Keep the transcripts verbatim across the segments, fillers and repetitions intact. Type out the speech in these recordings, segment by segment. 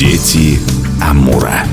Дети Амура.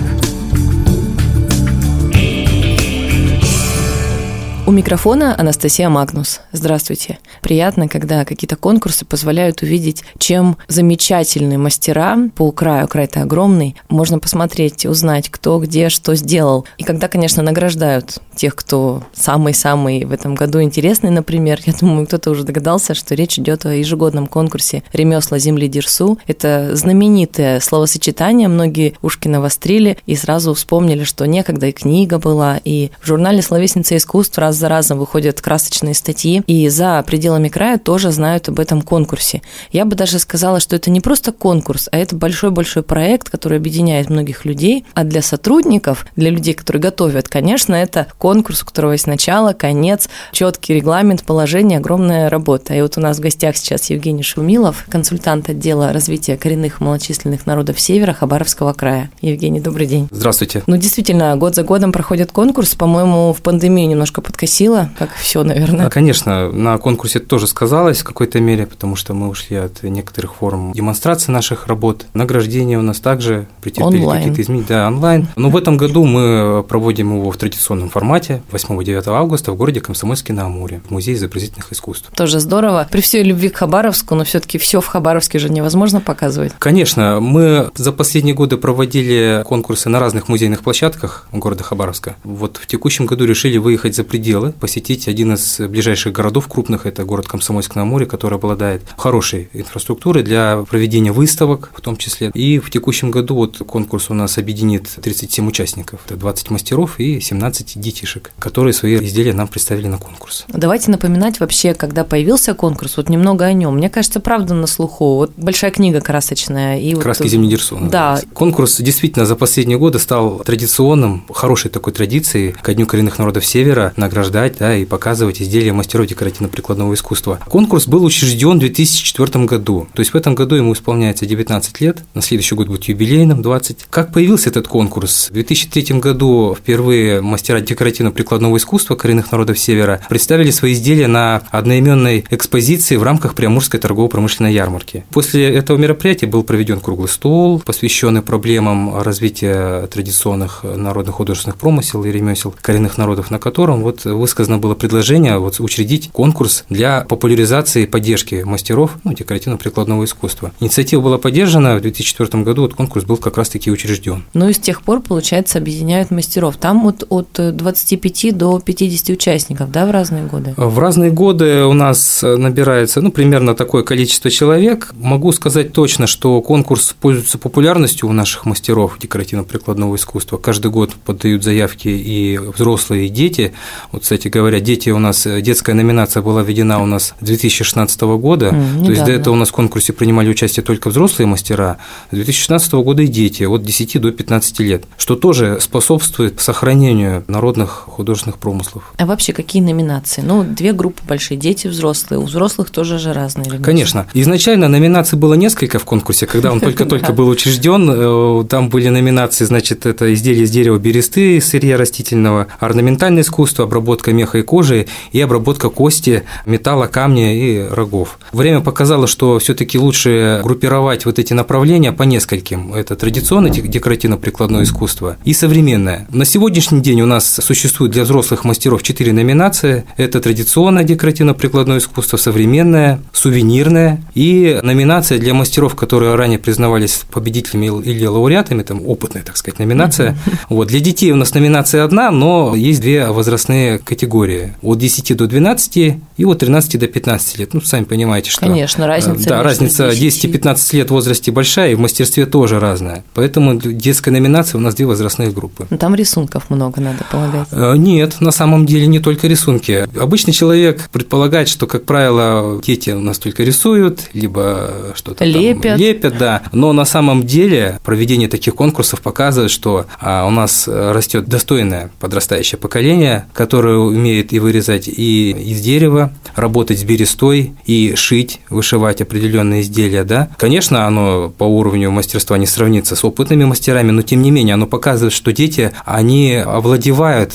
У микрофона Анастасия Магнус. Здравствуйте. Приятно, когда какие-то конкурсы позволяют увидеть, чем замечательные мастера по краю, край-то огромный, можно посмотреть, узнать, кто где что сделал. И когда, конечно, награждают тех, кто самый-самый в этом году интересный, например, я думаю, кто-то уже догадался, что речь идет о ежегодном конкурсе «Ремесла земли Дерсу». Это знаменитое словосочетание, многие ушки навострили и сразу вспомнили, что некогда и книга была, и в журнале «Словесница искусств» раз за разом выходят красочные статьи, и за пределами края тоже знают об этом конкурсе. Я бы даже сказала, что это не просто конкурс, а это большой-большой проект, который объединяет многих людей, а для сотрудников, для людей, которые готовят, конечно, это конкурс, у которого есть начало, конец, четкий регламент, положение, огромная работа. И вот у нас в гостях сейчас Евгений Шумилов, консультант отдела развития коренных малочисленных народов Севера Хабаровского края. Евгений, добрый день. Здравствуйте. Ну, действительно, год за годом проходит конкурс, по-моему, в пандемию немножко подкосило, как все, наверное. А, конечно, на конкурсе это тоже сказалось в какой-то мере, потому что мы ушли от некоторых форм демонстрации наших работ. Награждения у нас также претерпели онлайн. Какие-то изменения. Да, онлайн. Но в этом году мы проводим его в традиционном формате восьмого-девятого августа в городе Комсомольске-на-Амуре, в Музее изобразительных искусств. Тоже здорово. При всей любви к Хабаровску, но все-таки все в Хабаровске же невозможно показывать. Конечно, мы за последние годы проводили конкурсы на разных музейных площадках города Хабаровска. Вот в текущем году решили выехать за пределы, посетить один из ближайших городов крупных, это город Комсомольск-на-Амуре, который обладает хорошей инфраструктурой для проведения выставок в том числе. И в текущем году вот конкурс у нас объединит тридцать семь участников, это двадцать мастеров и семнадцать детишек, которые свои изделия нам представили на конкурс. Давайте напоминать вообще, когда появился конкурс, вот немного о нем. Мне кажется, правда на слуху. Вот большая книга красочная. И «Краски вот... земли Дерсу». Да. Конкурс действительно за последние годы стал традиционным, хорошей такой традицией ко Дню коренных народов Севера награждать, да, и показывать изделия мастеров декоративно-прикладного искусства. Конкурс был учрежден в две тысячи четвёртом году, то есть в этом году ему исполняется девятнадцать лет, на следующий год будет юбилейным, двадцать. Как появился этот конкурс? В две тысячи третьем году впервые мастера декоративно-прикладного искусства коренных народов Севера представили свои изделия на одноименной экспозиции в рамках Приамурской торгово-промышленной ярмарки. После этого мероприятия был проведен круглый стол, посвященный проблемам развития традиционных народных художественных промысел и ремесел коренных народов, на котором вот высказано было предложение вот учредить конкурс для популяризации и поддержки мастеров ну, декоративно-прикладного искусства. Инициатива была поддержана, в две тысячи четвёртом году вот конкурс был как раз-таки учрежден. Ну и с тех пор, получается, объединяют мастеров. Там вот от двадцати пяти до пятидесяти участников, да, в разные годы? В разные годы у нас набирается ну, примерно такое количество человек. Могу сказать точно, что конкурс пользуется популярностью у наших мастеров декоративно-прикладного искусства. Каждый год подают заявки и взрослые, и дети. Вот, кстати говоря, дети у нас, детская номинация была введена у нас с две тысячи шестнадцатого года, mm, то есть до этого у нас в конкурсе принимали участие только взрослые мастера, с две тысячи шестнадцатого года и дети от десяти до пятнадцати лет, что тоже способствует сохранению народных художественных промыслов. А вообще какие номинации? Ну, две группы большие, дети, взрослые, у взрослых тоже же разные. Ремесла. Конечно. Изначально номинаций было несколько в конкурсе, когда он только-только был учрежден, там были номинации, значит, это изделия из дерева бересты, сырья растительного, орнаментальное искусство, обработка меха и кожи и обработка кости, металла, камня и рогов. Время показало, что все-таки лучше группировать вот эти направления по нескольким. Это традиционное декоративно-прикладное искусство и современное. На сегодняшний день у нас существует для взрослых мастеров четыре номинации. Это традиционное декоративно-прикладное искусство, современное, сувенирное и номинация для мастеров, которые ранее признавались победителями или лауреатами, там опытная, так сказать, номинация. Вот. Для детей у нас номинация одна, но есть две возрастные категории от десяти до двенадцати и от тринадцати до пятнадцати лет. Ну, сами понимаете, что… Конечно, разница. Да, разница десять-пятнадцать лет в возрасте большая, и в мастерстве тоже разная. Поэтому детская номинация у нас две возрастные группы. Но там рисунков много, надо полагать. Нет, на самом деле не только рисунки. Обычный человек предполагает, что, как правило, дети у нас только рисуют, либо что-то лепят. Там лепят, да. Но на самом деле проведение таких конкурсов показывает, что у нас растет достойное подрастающее поколение, которое умеет и вырезать и из дерева, работать с берестой, и шить, вышивать определенные изделия, да. Конечно, оно по уровню мастерства не сравнится с опытными мастерами, но тем не менее оно показывает, что дети, они овладевают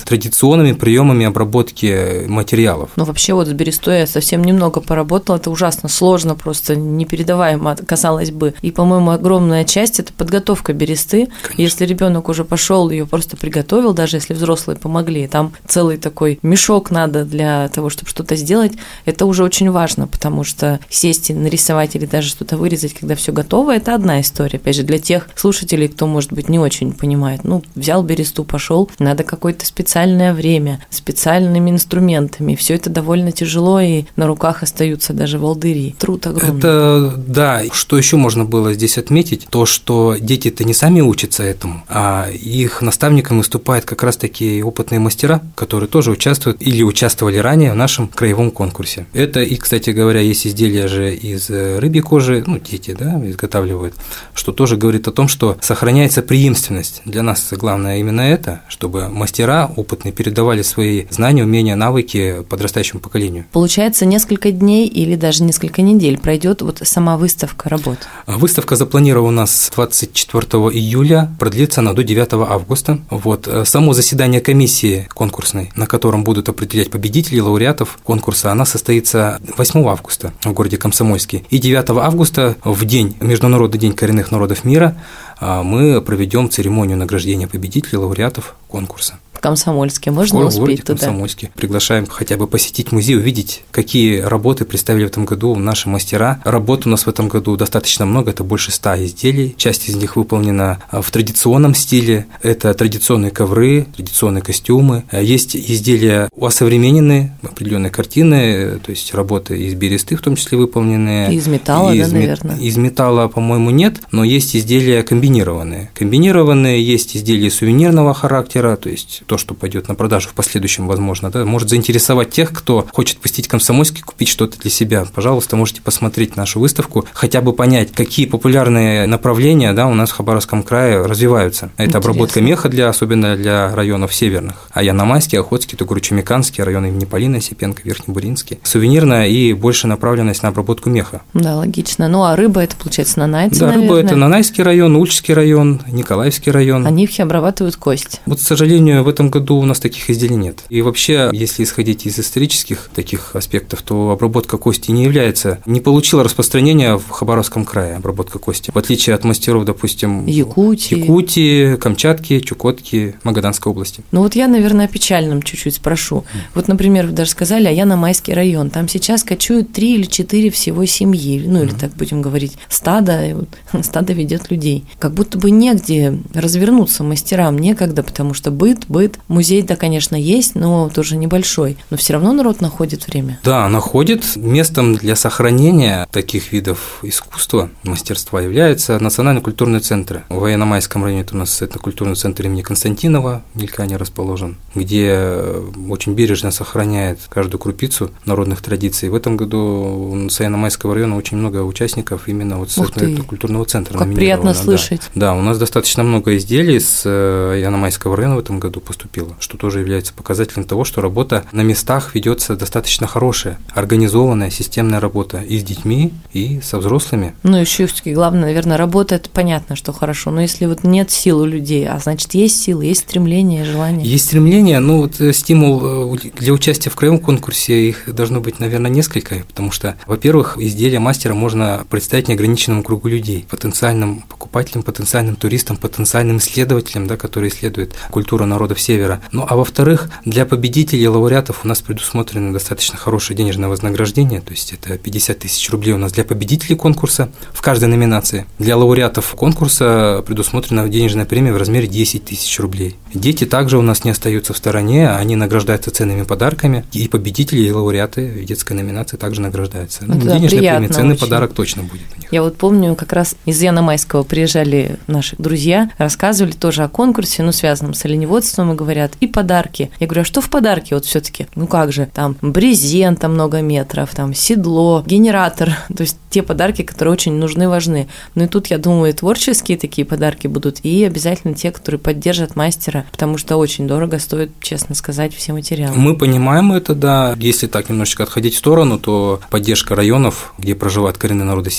традиционными приемами обработки материалов. Ну, вообще вот с берестой я совсем немного поработала, это ужасно сложно, просто непередаваемо, казалось бы. И, по-моему, огромная часть – это подготовка бересты. Конечно. Если ребенок уже пошел, ее просто приготовил, даже если взрослые помогли, там целый такой мешок надо для того, чтобы что-то сделать, это уже очень важно, потому что сесть и нарисовать или даже что-то вырезать, когда все готово, это одна история. Опять же, для тех слушателей, кто, может быть, не очень понимает, ну, взял бересту, пошел, надо какое-то специальное время, специальными инструментами, все это довольно тяжело, и на руках остаются даже волдыри. Труд огромный. Это, да, что еще можно было здесь отметить, то, что дети-то не сами учатся этому, а их наставником выступают как раз-таки опытные мастера, которые тоже участвуют или участвовали ранее в нашем краевом конкурсе. Это и, кстати говоря, есть изделия же из рыбьей кожи, ну, дети, да, изготавливают, что тоже говорит о том, что сохраняется преемственность. Для нас главное именно это, чтобы мастера опытные передавали свои знания, умения, навыки подрастающему поколению. Получается, несколько дней или даже несколько недель пройдет вот сама выставка работ? Выставка запланирована у нас двадцать четвёртого июля, продлится она до девятого августа. Вот. Само заседание комиссии конкурсной, на котором будут определять победителей, лауреатов конкурса, она состоится восьмого августа в городе Комсомольске. И девятого августа, в день, Международный день коренных народов мира, мы проведем церемонию награждения победителей, лауреатов конкурса. В Комсомольске можно в успеть городе туда? Комсомольске. Приглашаем хотя бы посетить музей, увидеть, какие работы представили в этом году наши мастера. Работ у нас в этом году достаточно много, это больше ста изделий. Часть из них выполнена в традиционном стиле. Это традиционные ковры, традиционные костюмы. Есть изделия осовремененные, определенные картины, то есть работы из бересты, в том числе выполненные. Из металла, из да, мет... наверное? Из металла, по-моему, нет, но есть изделия комбинированные. Комбинированные, есть изделия сувенирного характера, то есть то, что пойдет на продажу в последующем, возможно, да, может заинтересовать тех, кто хочет посетить Комсомольский, купить что-то для себя. Пожалуйста, можете посмотреть нашу выставку, хотя бы понять, какие популярные направления, да, у нас в Хабаровском крае развиваются. Это интересно. Обработка меха, для, особенно для районов северных. А Яномайский, Охотский, Тугуру-Чумиканский, районы имени Полины Осипенко, Верхнебуринский. Сувенирная и больше направленность на обработку меха. Да, логично. Ну, а рыба – это, получается, Нанайцы, Да, наверное? рыба – это Нанайский район, Ульчский район, Николаевский район. Они их обрабатывают кость. Вот, к сожалению, в этом году у нас таких изделий нет. И вообще, если исходить из исторических таких аспектов, то обработка кости не является, не получила распространения в Хабаровском крае, обработка кости. В отличие от мастеров, допустим, Якутии, Якутии, Камчатки, Чукотки, Магаданской области. Ну вот я, наверное, о печальном чуть-чуть спрошу. Вот, например, вы даже сказали, а Яномайский район. Там сейчас кочуют три или четыре всего семьи, ну или так будем говорить, стадо, и вот, стадо ведет людей. Как будто бы негде развернуться мастерам, некогда, потому что быт, быт, музей-то, конечно, есть, но тоже небольшой, но все равно народ находит время. Да, находит. Местом для сохранения таких видов искусства, мастерства является Национальный культурный центр. В Яномайском районе это у нас это культурный центр имени Константинова, в Мелькане расположен, где очень бережно сохраняет каждую крупицу народных традиций. В этом году с Яномайского района очень много участников именно вот с этого культурного центра. Как приятно слышать. Да. да, у нас достаточно много изделий с Яномайского района в этом году поступило, что тоже является показателем того, что работа на местах ведется достаточно хорошая, организованная, системная работа и с детьми, и со взрослыми. Ну, еще главное, наверное, работа – это понятно, что хорошо, но если вот нет сил у людей, а значит, есть силы, есть стремление, желание. Есть стремление, но вот стимул для участия в краевом конкурсе, их должно быть, наверное, несколько, потому что, во-первых, изделия мастера можно представить неограниченному кругу людей, потенциальным покупателям, потенциальным туристам, потенциальным исследователям, да, которые исследуют культуру народов Севера. Ну, а во-вторых, для победителей и лауреатов у нас предусмотрено достаточно хорошее денежное вознаграждение, то есть это пятьдесят тысяч рублей у нас для победителей конкурса в каждой номинации. Для лауреатов конкурса предусмотрена денежная премия в размере десять тысяч рублей. Дети также у нас не остаются в стороне, они награждаются ценными подарками, и победители, и лауреаты детской номинации также награждаются. Ну, да, денежная премия, ценный очень. Подарок точно будет у них. Я вот помню, как раз из Яномайского приезжали наши друзья, рассказывали тоже о конкурсе, ну, связанном с оленеводством, и говорят, и подарки. Я говорю, а что в подарке вот все-таки? Ну как же, там брезент, там много метров, там седло, генератор, то есть те подарки, которые очень нужны, важны. Ну и тут, я думаю, творческие такие подарки будут, и обязательно те, которые поддержат мастера, потому что очень дорого стоит, честно сказать, все материалы. Мы понимаем это, да. Если так немножечко отходить в сторону, то поддержка районов, где проживают коренные народы Севера, для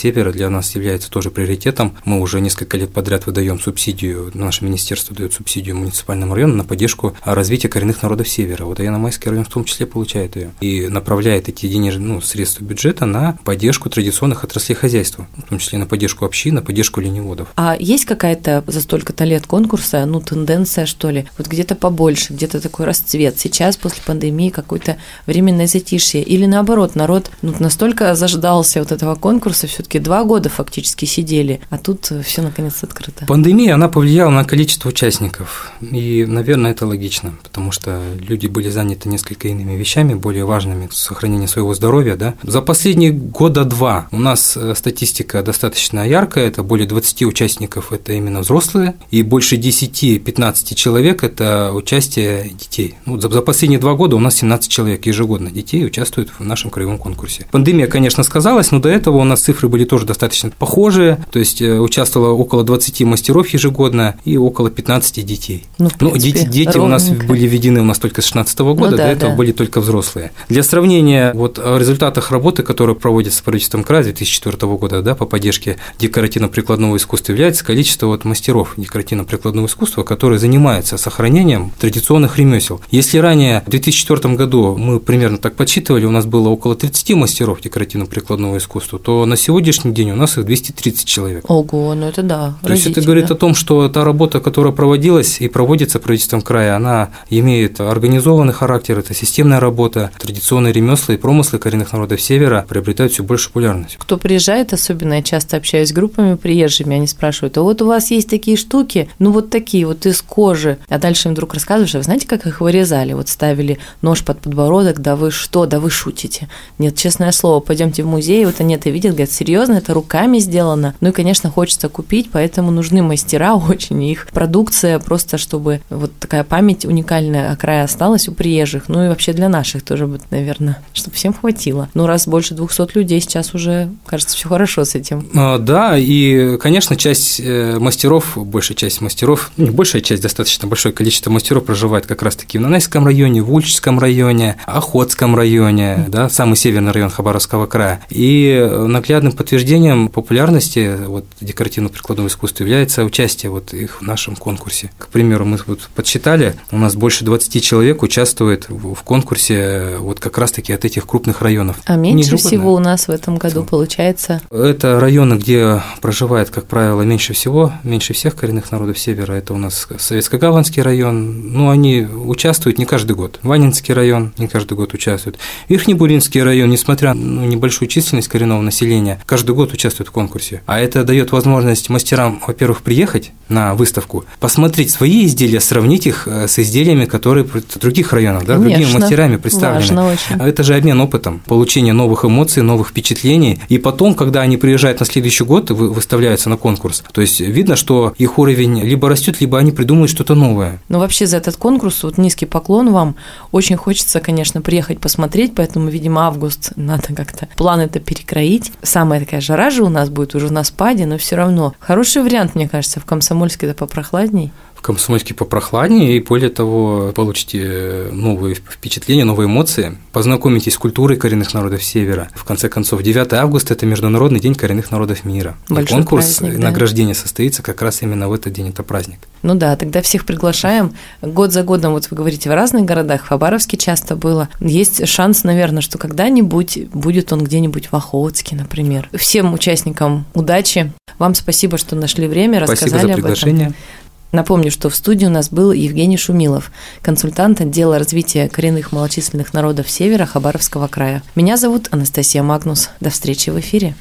для нас является тоже приоритетом. Мы уже несколько лет подряд выдаем субсидию, наше министерство дает субсидию муниципальному району на поддержку развития коренных народов Севера. Вот Яно-Майский район в том числе получает ее и направляет эти денежные ну, средства бюджета на поддержку традиционных отраслей хозяйства, в том числе на поддержку общин, на поддержку оленеводов. А есть какая-то за столько-то лет конкурса, ну, тенденция, что ли, вот где-то побольше, где-то такой расцвет? Сейчас, после пандемии, какое-то временное затишье? Или наоборот, народ ну, настолько заждался вот этого конкурса, все-таки два года фактически сидели, а тут все наконец открыто? Пандемия, она повлияла на количество участников, и, наверное, это логично, потому что люди были заняты несколько иными вещами, более важными, сохранение своего здоровья, да. За последние года два у нас статистика достаточно яркая, это более двадцати участников, это именно взрослые, и больше десяти-пятнадцати человек – это участие детей. Ну, за, за последние два года у нас семнадцать человек ежегодно детей участвуют в нашем краевом конкурсе. Пандемия, конечно, сказалась, но до этого у нас цифры были тоже достаточно похожие, то есть участвовало около двадцати мастеров ежегодно и около пятнадцати детей. Ну, в принципе, ну, дети, дети у нас были введены у нас только с две тысячи шестнадцатого года, ну, да, до этого да. были только взрослые. Для сравнения, вот о результатах работы, которые проводятся правительством края с две тысячи четвёртого года, да, по поддержке декоративно-прикладного искусства, является количество вот мастеров декоративно-прикладного искусства, которые занимаются сохранением традиционных ремесел. Если ранее в две тысячи четвёртом году мы примерно так подсчитывали, у нас было около тридцати мастеров декоративно-прикладного искусства, то на сегодняшний день у нас их двести тридцать человек. Ого, ну это да. То есть это говорит о том, что та работа, которая проводилась и проводится правительством края, она имеет организованный характер, это системная работа, традиционные ремесла и промыслы коренных народов Севера приобретают все больше популярность. Кто приезжает, особенно я часто общаюсь с группами приезжими, они спрашивают: а вот у вас есть такие штуки, ну вот такие вот из кожи, а дальше им вдруг рассказываешь: а вы знаете, как их вырезали? Вот ставили нож под подбородок, да вы что, да вы шутите. Нет, честное слово, пойдемте в музей, вот они это видят, говорят: серьезно, это руками сделано. Ну и, конечно, хочется купить, поэтому нужны мастера очень, их продукция просто, чтобы вот такая память уникальная о крае осталась у приезжих, ну и вообще для наших тоже, наверное, чтобы всем хватило. Ну раз больше двухсот людей, сейчас уже, кажется, все хорошо с этим. А, да, и, конечно, часть мастеров, большая часть мастеров, не большая часть, достаточно большое количество мастеров проживает как раз-таки в Нанайском районе, в Ульчском районе, Охотском районе, да, самый северный район Хабаровского края. И наглядным подтверждением популярности вот, декоративно-прикладного искусства является участие вот их в нашем конкурсе. К примеру, мы вот подсчитали, у нас больше двадцати человек участвует в конкурсе вот как раз-таки от этих крупных районов. А меньше всего у нас в этом году Все. Получается? Это районы, где проживает, как правило, меньше всего, меньше всех коренных народов Севера. Это у нас Советско-Гаванский район, ну, они участвуют не каждый год. Ванинский район не каждый год участвует. Верхнебуринский район, несмотря на ну, небольшую численность коренного населения, каждый год участвует в конкурсе. А это дает возможность мастерам, во-первых, приехать на выставку, посмотреть свои изделия, сравнить их с изделиями, которые в других районах, да, другими мастерами представлены. Важно очень. Это же обмен опытом, получение новых эмоций, новых впечатлений. И потом, когда они приезжают на следующий год, выставляются на конкурс, то есть видно, что их уровень либо растет, либо они придумают что-то новое. Ну, вообще за этот конкурс вот низкий поклон вам. Очень хочется, конечно, приехать посмотреть, поэтому, видимо, август надо как-то план это перекроить. Самая такая жара же у нас будет уже на спаде, но все равно хороший вариант, мне кажется, в Комсомольске-то попрохладней. Комсомольске попрохладнее, и более того, получите новые впечатления, новые эмоции, познакомитесь с культурой коренных народов Севера. В конце концов, девятого августа – это Международный день коренных народов мира. Большой и конкурс праздник, и да. награждение состоится как раз именно в этот день, это праздник. Ну да, тогда всех приглашаем. Год за годом, вот вы говорите, в разных городах, в Хабаровске часто было. Есть шанс, наверное, что когда-нибудь будет он где-нибудь в Охотске, например. Всем участникам удачи. Вам спасибо, что нашли время, рассказали об этом. Спасибо за приглашение. Напомню, что в студии у нас был Евгений Шумилов, консультант отдела развития коренных малочисленных народов Севера Хабаровского края. Меня зовут Анастасия Магнус. До встречи в эфире.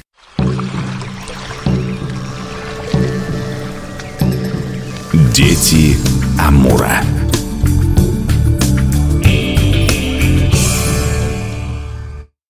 Дети Амура.